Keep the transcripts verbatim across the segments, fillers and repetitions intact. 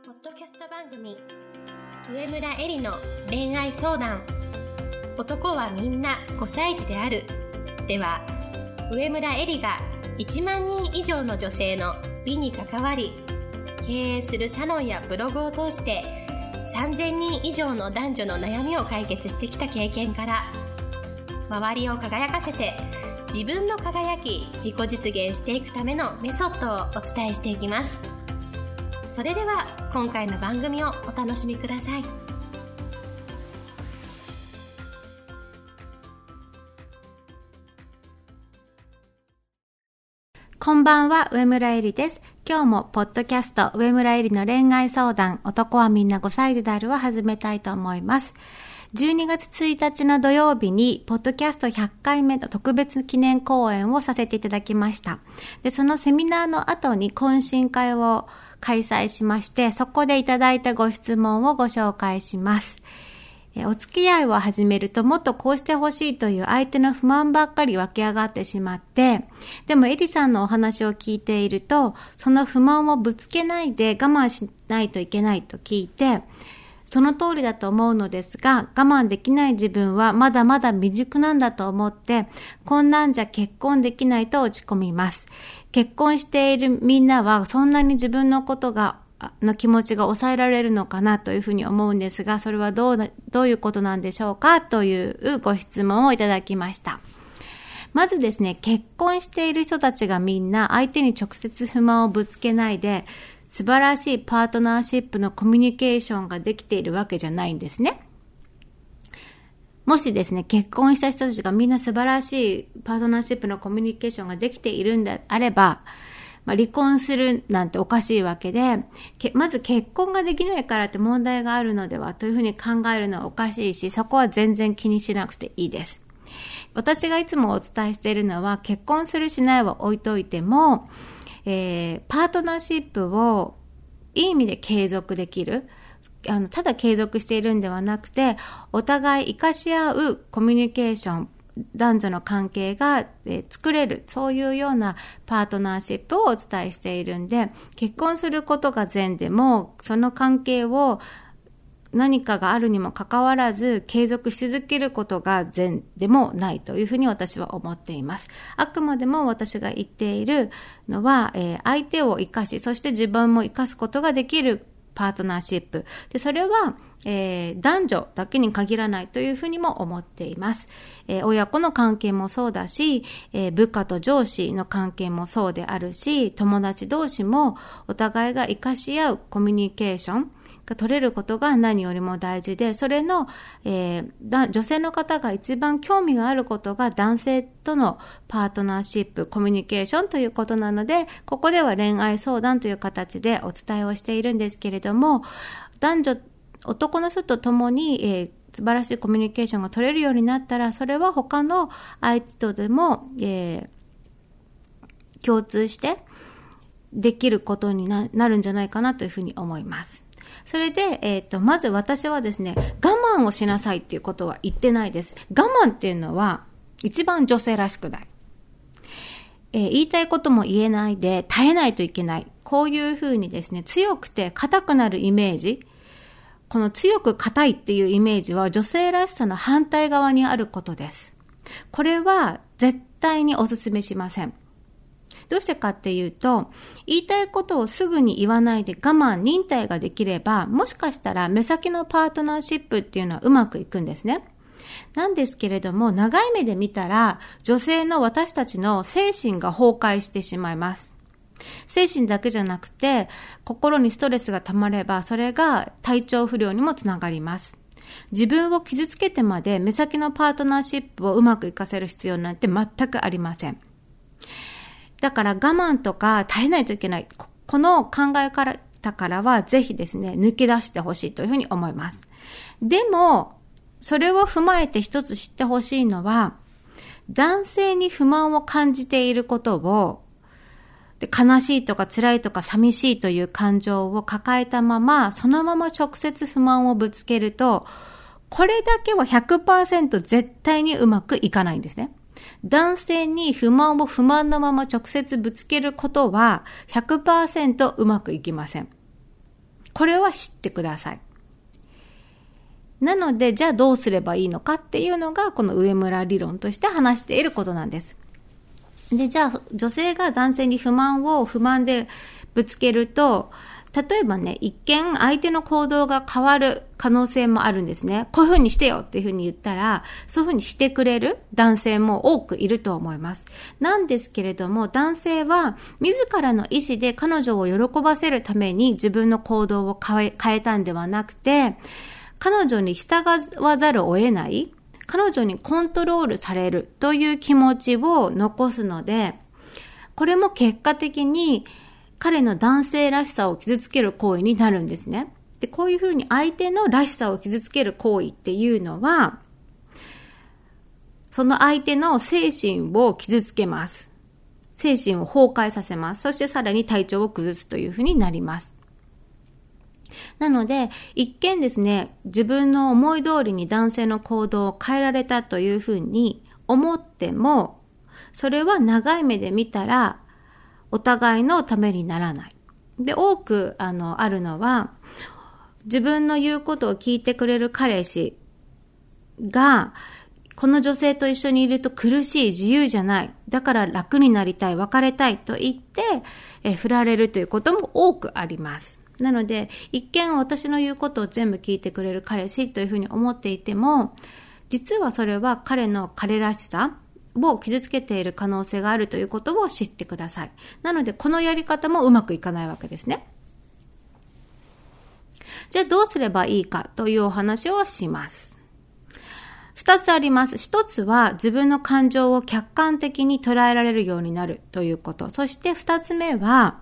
ポッドキャスト番組上村えりの恋愛相談。男はみんなごさい児であるでは、上村えりがいちまんにん以上の女性の美に関わり、経営するサロンやブログを通してさんぜんにん以上の男女の悩みを解決してきた経験から、周りを輝かせて自分も輝き自己実現していくためのメソッドをお伝えしていきます。それでは今回の番組をお楽しみください。 こんばんは、上村えりです。今日もポッドキャスト上村えりの恋愛相談、男はみんなごさい児であるを始めたいと思います。じゅうにがつついたちの土曜日にポッドキャストひゃっかいめの特別記念講演をさせていただきました。で、そのセミナーの後に懇親会を開催しまして、そこでいただいたご質問をご紹介します。お付き合いを始めるともっとこうしてほしいという相手の不満ばっかり湧き上がってしまって、でもエリさんのお話を聞いていると、その不満をぶつけないで我慢しないといけないと聞いて、その通りだと思うのですが、我慢できない自分はまだまだ未熟なんだと思って、こんなんじゃ結婚できないと落ち込みます。結婚しているみんなはそんなに自分のことがの気持ちが抑えられるのかなというふうに思うんですが、それはどうな、どういうことなんでしょうかというご質問をいただきました。まずですね、結婚している人たちがみんな相手に直接不満をぶつけないで、素晴らしいパートナーシップのコミュニケーションができているわけじゃないんですね。もしですね、結婚した人たちがみんな素晴らしいパートナーシップのコミュニケーションができているんであれば、まあ、離婚するなんておかしいわけで、まず結婚ができないからって問題があるのではというふうに考えるのはおかしいし、そこは全然気にしなくていいです。私がいつもお伝えしているのは、結婚するしないは置いといても、えー、パートナーシップをいい意味で継続できる。あの、ただ継続しているんではなくて、お互い活かし合うコミュニケーション、男女の関係が、えー、作れる、そういうようなパートナーシップをお伝えしているんで、結婚することが善でも、その関係を何かがあるにもかかわらず継続し続けることが善でもないというふうに私は思っています。あくまでも私が言っているのは、えー、相手を生かし、そして自分も生かすことができるパートナーシップで、それは、えー、男女だけに限らないというふうにも思っています。えー、親子の関係もそうだし、えー、部下と上司の関係もそうであるし、友達同士もお互いが生かし合うコミュニケーションが取れることが何よりも大事で、それの、えー、だ女性の方が一番興味があることが男性とのパートナーシップ、コミュニケーションということなので、ここでは恋愛相談という形でお伝えをしているんですけれども、男女、男の人と共に、えー、素晴らしいコミュニケーションが取れるようになったら、それは他の相手とでも、えー、共通してできることに な, なるんじゃないかなというふうに思います。それで、えっと、まず私はですね、我慢をしなさいっていうことは言ってないです。我慢っていうのは一番女性らしくない。えー、言いたいことも言えないで耐えないといけない。こういうふうにですね、強くて硬くなるイメージ。この強く硬いっていうイメージは女性らしさの反対側にあることです。これは絶対にお勧めしません。どうしてかっていうと、言いたいことをすぐに言わないで我慢、忍耐ができれば、もしかしたら目先のパートナーシップっていうのはうまくいくんですね。なんですけれども、長い目で見たら、女性の私たちの精神が崩壊してしまいます。精神だけじゃなくて、心にストレスが溜まれば、それが体調不良にもつながります。自分を傷つけてまで目先のパートナーシップをうまくいかせる必要なんて全くありません。だから我慢とか耐えないといけない。この考え方からはぜひですね、抜け出してほしいというふうに思います。でも、それを踏まえて一つ知ってほしいのは、男性に不満を感じていることを、で悲しいとか辛いとか寂しいという感情を抱えたまま、そのまま直接不満をぶつけると、これだけは ひゃくパーセント 絶対にうまくいかないんですね。男性に不満を不満のまま直接ぶつけることは ひゃくパーセント うまくいきません。 これは知ってください。なので、じゃあどうすればいいのかっていうのが、この上村理論として話していることなんです。で、じゃあ、女性が男性に不満を不満でぶつけると、例えばね、一見相手の行動が変わる可能性もあるんですね。こういう風にしてよっていう風に言ったら、そういう風にしてくれる男性も多くいると思います。なんですけれども、男性は自らの意思で彼女を喜ばせるために自分の行動を変え、変えたんではなくて、彼女に従わざるを得ない、彼女にコントロールされるという気持ちを残すので、これも結果的に彼の男性らしさを傷つける行為になるんですね。で、こういうふうに相手のらしさを傷つける行為っていうのは、その相手の精神を傷つけます。精神を崩壊させます。そしてさらに体調を崩すというふうになります。なので、一見ですね、自分の思い通りに男性の行動を変えられたというふうに思っても、それは長い目で見たら、お互いのためにならない。で、多く、あの、あるのは、自分の言うことを聞いてくれる彼氏が、この女性と一緒にいると苦しい、自由じゃない。だから楽になりたい、別れたいと言って、え、振られるということも多くあります。なので、一見私の言うことを全部聞いてくれる彼氏というふうに思っていても、実はそれは彼の彼らしさを傷つけている可能性があるということを知ってください。なので、このやり方もうまくいかないわけですね。じゃあどうすればいいかというお話をします。二つあります。一つは自分の感情を客観的に捉えられるようになるということ。そして二つ目は、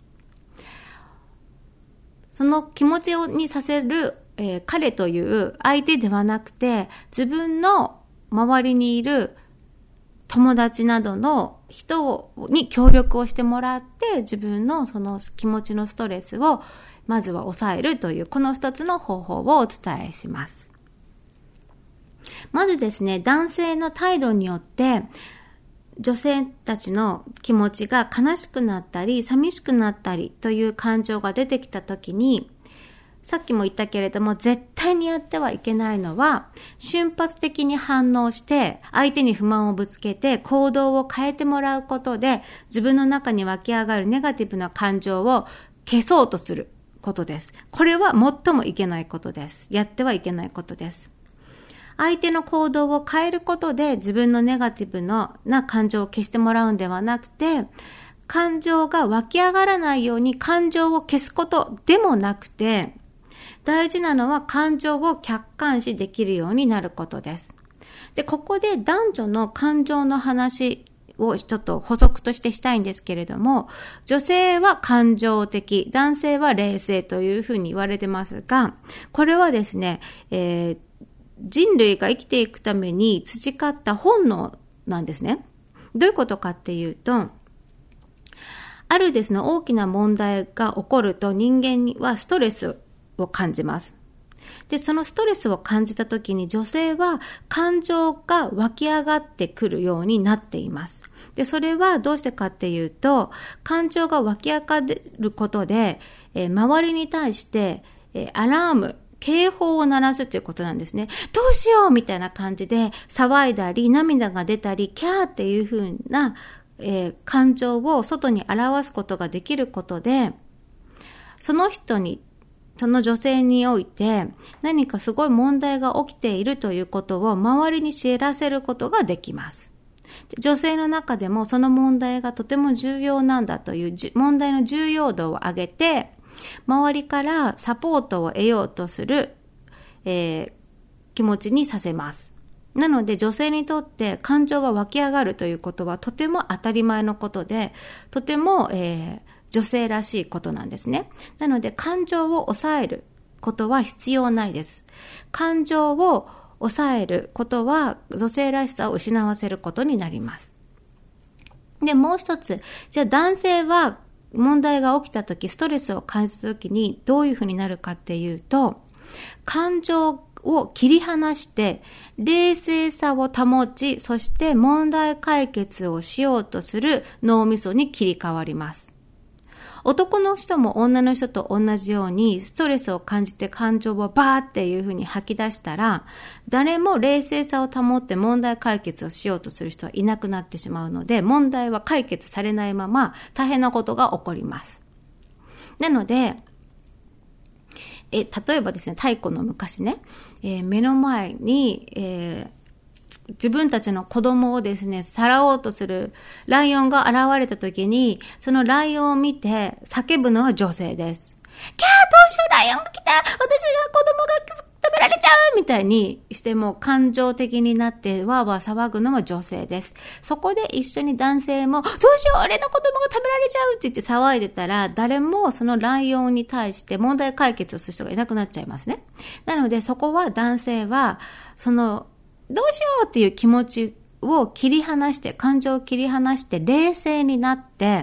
その気持ちにさせる、えー、彼という相手ではなくて、自分の周りにいる友達などの人に協力をしてもらって、自分のその気持ちのストレスをまずは抑えるという、この二つの方法をお伝えします。まずですね、男性の態度によって、女性たちの気持ちが悲しくなったり、寂しくなったりという感情が出てきたときに、さっきも言ったけれども、絶対にやってはいけないのは、瞬発的に反応して、相手に不満をぶつけて、行動を変えてもらうことで、自分の中に湧き上がるネガティブな感情を消そうとすることです。これは最もいけないことです。やってはいけないことです。相手の行動を変えることで、自分のネガティブな感情を消してもらうんではなくて、感情が湧き上がらないように感情を消すことでもなくて、大事なのは感情を客観視できるようになることです。で、ここで男女の感情の話をちょっと補足としてしたいんですけれども、女性は感情的、男性は冷静というふうに言われてますが、これはですね、えー、人類が生きていくために培った本能なんですね。どういうことかっていうと、あるですね、大きな問題が起こると人間にはストレスを感じます。で、そのストレスを感じたときに女性は感情が湧き上がってくるようになっています。で、それはどうしてかっていうと、感情が湧き上がることで、えー、周りに対して、えー、アラーム、警報を鳴らすということなんですね。どうしようみたいな感じで騒いだり、涙が出たり、キャーっていう風な、えー、感情を外に表すことができることで、その人に、その女性において何かすごい問題が起きているということを周りに知らせることができます。女性の中でもその問題がとても重要なんだという問題の重要度を上げて、周りからサポートを得ようとする、えー、気持ちにさせます。なので女性にとって感情が湧き上がるということはとても当たり前のことで、とても、えー、女性らしいことなんですね。なので感情を抑えることは必要ないです。感情を抑えることは女性らしさを失わせることになります。で、もう一つ、じゃあ男性は問題が起きたとき、ストレスを感じたときにどういうふうになるかっていうと、感情を切り離して冷静さを保ち、そして問題解決をしようとする脳みそに切り替わります。 男の人も女の人と同じようにストレスを感じて感情をバーっていう風に吐き出したら、誰も冷静さを保って問題解決をしようとする人はいなくなってしまうので、問題は解決されないまま大変なことが起こります。なので、え例えばですね、太古の昔ね、えー、目の前に、えー自分たちの子供をですね、さらおうとするライオンが現れた時に、そのライオンを見て叫ぶのは女性です。キャー、どうしよう、ライオンが来た、私が子供が食べられちゃうみたいにしても感情的になってわーわー騒ぐのは女性です。そこで一緒に男性も、どうしよう、俺の子供が食べられちゃうって言って騒いでたら、誰もそのライオンに対して問題解決をする人がいなくなっちゃいますね。なのでそこは男性は、その、どうしようっていう気持ちを切り離して、感情を切り離して冷静になって、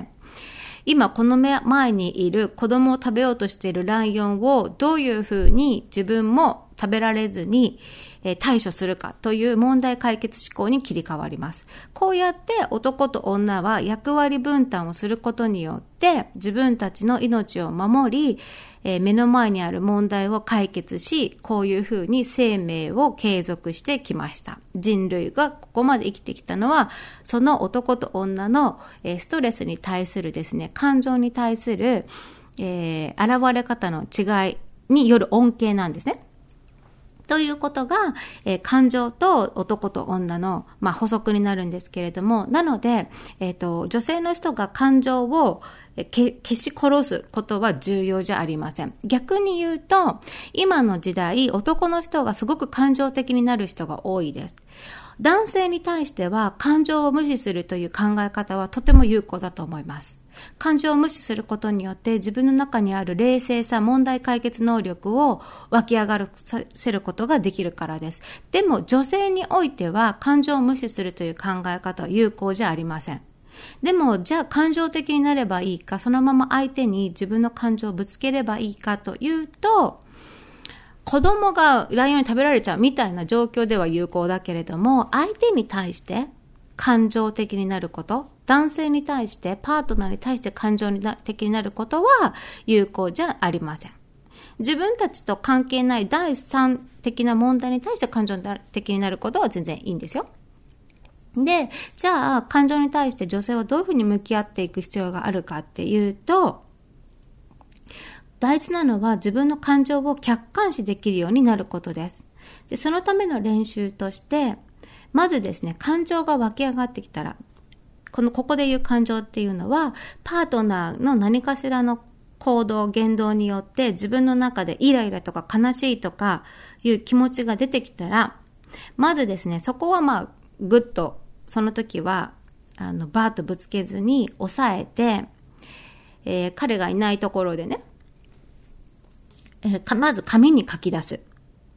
今この前にいる子供を食べようとしているライオンをどういうふうに自分も食べられずに対処するかという問題解決思考に切り替わります。こうやって男と女は役割分担をすることによって自分たちの命を守り、えー、目の前にある問題を解決し、こういうふうに生命を継続してきました。人類がここまで生きてきたのは、その男と女の、えー、ストレスに対するですね、感情に対する、えー、現れ方の違いによる恩恵なんですね。ということが、えー、感情と男と女の、まあ、補足になるんですけれども、なので、えっと、女性の人が感情をけ消し殺すことは重要じゃありません。逆に言うと、今の時代、男の人がすごく感情的になる人が多いです。男性に対しては感情を無視するという考え方はとても有効だと思います。感情を無視することによって自分の中にある冷静さ、問題解決能力を湧き上がらせることができるからです。でも女性においては感情を無視するという考え方は有効じゃありません。でもじゃあ感情的になればいいか、そのまま相手に自分の感情をぶつければいいかというと、子供がライオンに食べられちゃうみたいな状況では有効だけれども、相手に対して感情的になること、男性に対して、パートナーに対して感情的になることは有効じゃありません。自分たちと関係ない第三的な問題に対して感情的になることは全然いいんですよ。で、じゃあ感情に対して女性はどういうふうに向き合っていく必要があるかっていうと、大事なのは自分の感情を客観視できるようになることです。で、そのための練習として、まずですね、感情が湧き上がってきたら、この、ここで言う感情っていうのは、パートナーの何かしらの行動、言動によって自分の中でイライラとか悲しいとかいう気持ちが出てきたら、まずですね、そこはまあ、ぐっと、その時は、あの、バーッとぶつけずに抑えて、えー、彼がいないところでね、えー、かまず紙に書き出す。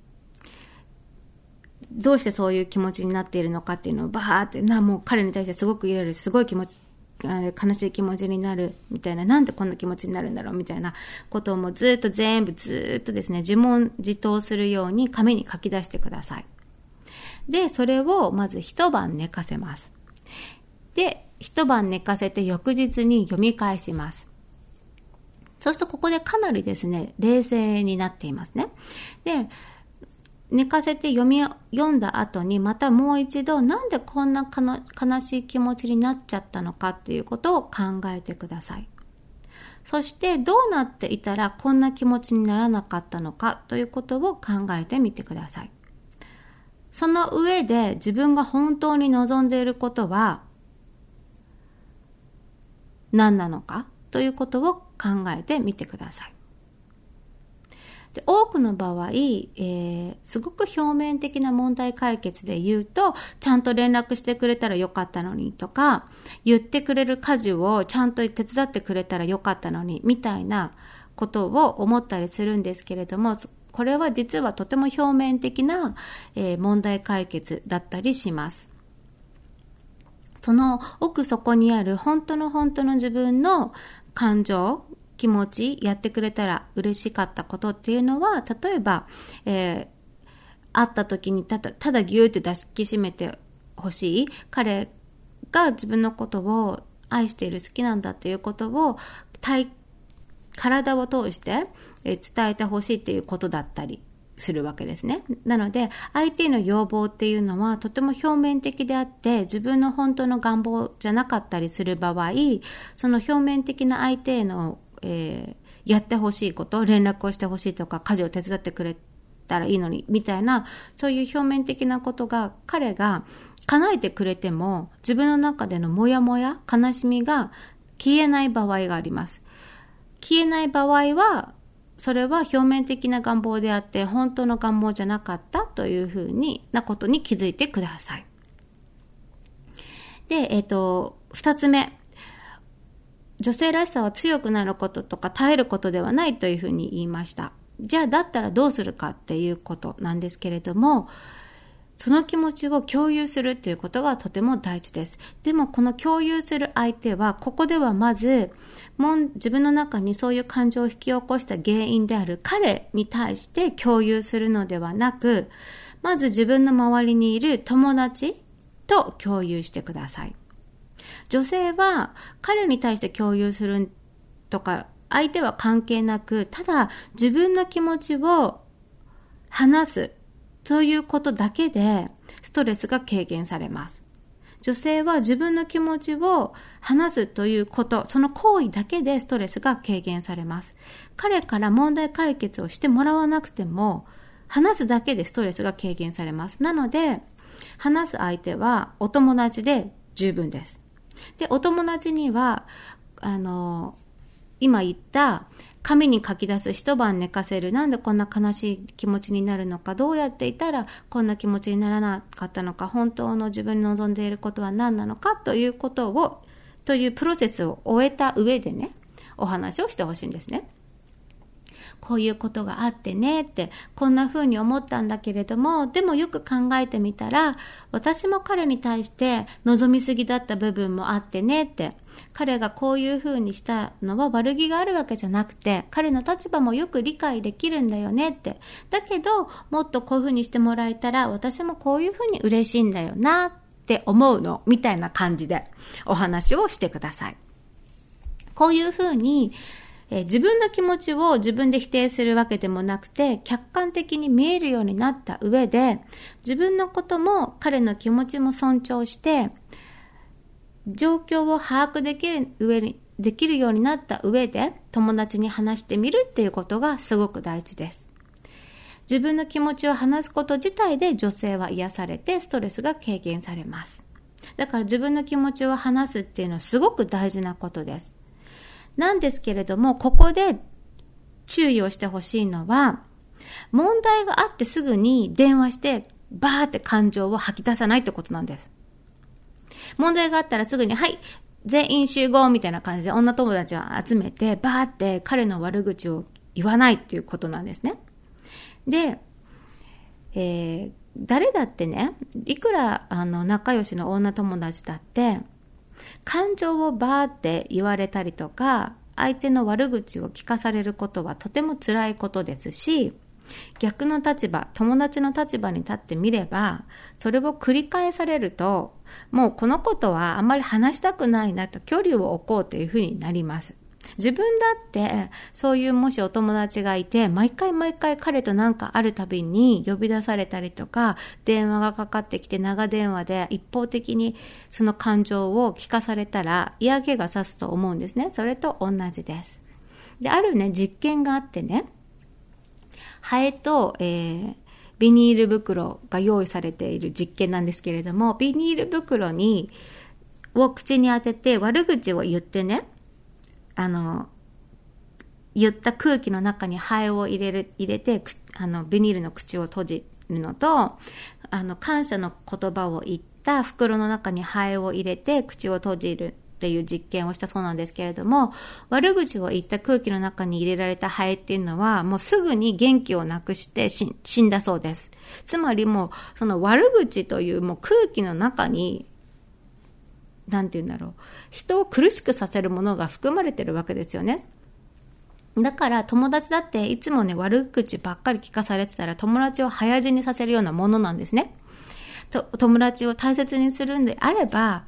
どうしてそういう気持ちになっているのかっていうのをバーってな、もう彼に対してすごくイライラすごい気持ち、悲しい気持ちになるみたいな、なんでこんな気持ちになるんだろうみたいなことをもうずっと全部ずっとですね、自問自答するように紙に書き出してください。で、それをまず一晩寝かせます。で、一晩寝かせて翌日に読み返します。そうするとここでかなりですね、冷静になっていますね。で、寝かせて読み、読んだ後にまたもう一度なんでこんなかの悲しい気持ちになっちゃったのかっていうことを考えてください。そしてどうなっていたらこんな気持ちにならなかったのかということを考えてみてください。その上で自分が本当に望んでいることは何なのかということを考えてみてください。で、多くの場合、えー、すごく表面的な問題解決で言うと、ちゃんと連絡してくれたらよかったのにとか、言ってくれる家事をちゃんと手伝ってくれたらよかったのにみたいなことを思ったりするんですけれども、これは実はとても表面的な、えー、問題解決だったりします。その奥底にある本当の本当の自分の感情、気持ち、やってくれたら嬉しかったことっていうのは、例えば、えー、会った時にただ、ただギューって抱きしめてほしい。彼が自分のことを愛している、好きなんだっていうことを体体を通して伝えてほしいっていうことだったりするわけですね。なので相手の要望っていうのはとても表面的であって自分の本当の願望じゃなかったりする場合、その表面的な相手への、えー、やってほしいこと、連絡をしてほしいとか家事を手伝ってくれたらいいのにみたいな、そういう表面的なことが彼が叶えてくれても自分の中でのモヤモヤ、悲しみが消えない場合があります。消えない場合はそれは表面的な願望であって本当の願望じゃなかったというふうになことに気づいてください。で、えっと、二つ目。女性らしさは強くなることとか耐えることではないというふうに言いました。じゃあだったらどうするかっていうことなんですけれども、その気持ちを共有するということがとても大事です。でもこの共有する相手は、ここではまず、もん自分の中にそういう感情を引き起こした原因である彼に対して共有するのではなく、まず自分の周りにいる友達と共有してください。女性は彼に対して共有するとか、相手は関係なく、ただ自分の気持ちを話すということだけでストレスが軽減されます。女性は自分の気持ちを話すということ、その行為だけでストレスが軽減されます。彼から問題解決をしてもらわなくても、話すだけでストレスが軽減されます。なので、話す相手はお友達で十分です。で、お友達には、あの、今言った紙に書き出す、一晩寝かせる、なんでこんな悲しい気持ちになるのか、どうやっていたらこんな気持ちにならなかったのか、本当の自分に望んでいることは何なのかということを、というプロセスを終えた上でね、お話をしてほしいんですね。こういうことがあってねって、こんな風に思ったんだけれども、でもよく考えてみたら、私も彼に対して望みすぎだった部分もあってねって、彼がこういう風にしたのは悪気があるわけじゃなくて、彼の立場もよく理解できるんだよねって。だけど、もっとこういう風にしてもらえたら、私もこういう風に嬉しいんだよなって思うの、みたいな感じでお話をしてください。こういう風に、えー、自分の気持ちを自分で否定するわけでもなくて、客観的に見えるようになった上で、自分のことも彼の気持ちも尊重して、状況を把握できる上に、できるようになった上で、友達に話してみるっていうことがすごく大事です。自分の気持ちを話すこと自体で女性は癒されてストレスが軽減されます。だから自分の気持ちを話すっていうのはすごく大事なことです。なんですけれども、ここで注意をしてほしいのは、問題があってすぐに電話してバーって感情を吐き出さないってことなんです。問題があったらすぐに、はい、全員集合みたいな感じで女友達を集めてバーって彼の悪口を言わないっていうことなんですね。で、えー、誰だってね、いくらあの仲良しの女友達だって感情をバーって言われたりとか、相手の悪口を聞かされることはとても辛いことですし、逆の立場、友達の立場に立ってみれば、それを繰り返されると、もうこのことはあんまり話したくないなと距離を置こうというふうになります。自分だってそういうもしお友達がいて、毎回毎回彼となんかあるたびに呼び出されたりとか、電話がかかってきて長電話で一方的にその感情を聞かされたら嫌気がさすと思うんですね。それと同じです。で、あるね、実験があってね、ハエと、えー、ビニール袋が用意されている実験なんですけれども、ビニール袋にを口に当てて悪口を言ってね、あの言った空気の中にハエを入れる入れてあのビニールの口を閉じるのと、あの感謝の言葉を言った袋の中にハエを入れて口を閉じるっていう実験をしたそうなんですけれども、悪口を言った空気の中に入れられたハエっていうのはもうすぐに元気をなくして死死んだそうです。つまりもうその悪口というもう空気の中になんて言うんだろう、人を苦しくさせるものが含まれてるわけですよね。だから友達だっていつもね、悪口ばっかり聞かされてたら友達を早死にさせるようなものなんですね。と友達を大切にするんであれば、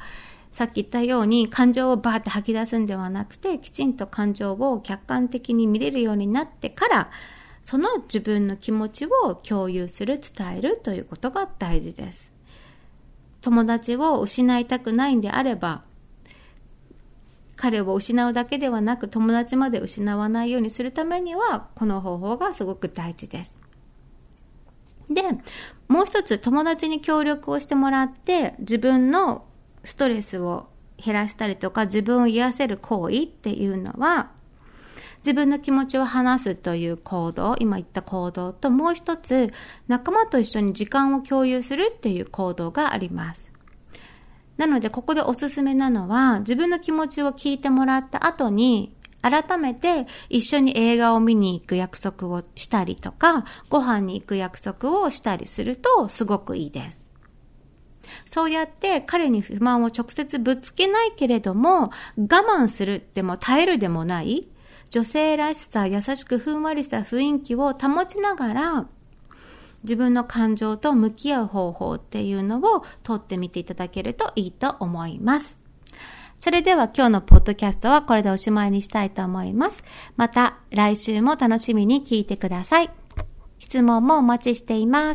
さっき言ったように感情をバーって吐き出すんではなくて、きちんと感情を客観的に見れるようになってから、その自分の気持ちを共有する、伝えるということが大事です。友達を失いたくないんであれば、彼を失うだけではなく友達まで失わないようにするためには、この方法がすごく大事です。で、もう一つ、友達に協力をしてもらって自分のストレスを減らしたりとか自分を癒せる行為っていうのは、自分の気持ちを話すという行動、今言った行動と、もう一つ仲間と一緒に時間を共有するっていう行動があります。なのでここでおすすめなのは、自分の気持ちを聞いてもらった後に改めて一緒に映画を見に行く約束をしたりとか、ご飯に行く約束をしたりするとすごくいいです。そうやって彼に不満を直接ぶつけないけれども、我慢するでも耐えるでもない、女性らしさ、優しくふんわりした雰囲気を保ちながら、自分の感情と向き合う方法っていうのをとってみていただけるといいと思います。それでは今日のポッドキャストはこれでおしまいにしたいと思います。また来週も楽しみに聞いてください。質問もお待ちしています。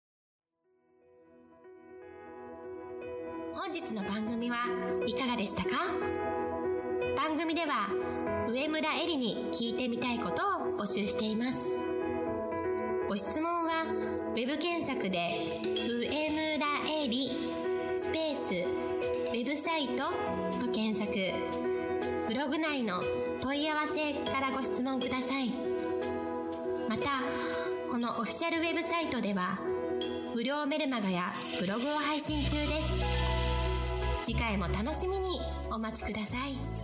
本日の番組はいかがでしたか？番組では上村えりに聞いてみたいことを募集しています。ご質問はウェブ検索で上村えりスペースウェブサイトと検索、ブログ内の問い合わせからご質問ください。またこのオフィシャルウェブサイトでは無料メルマガやブログを配信中です。次回も楽しみにお待ちください。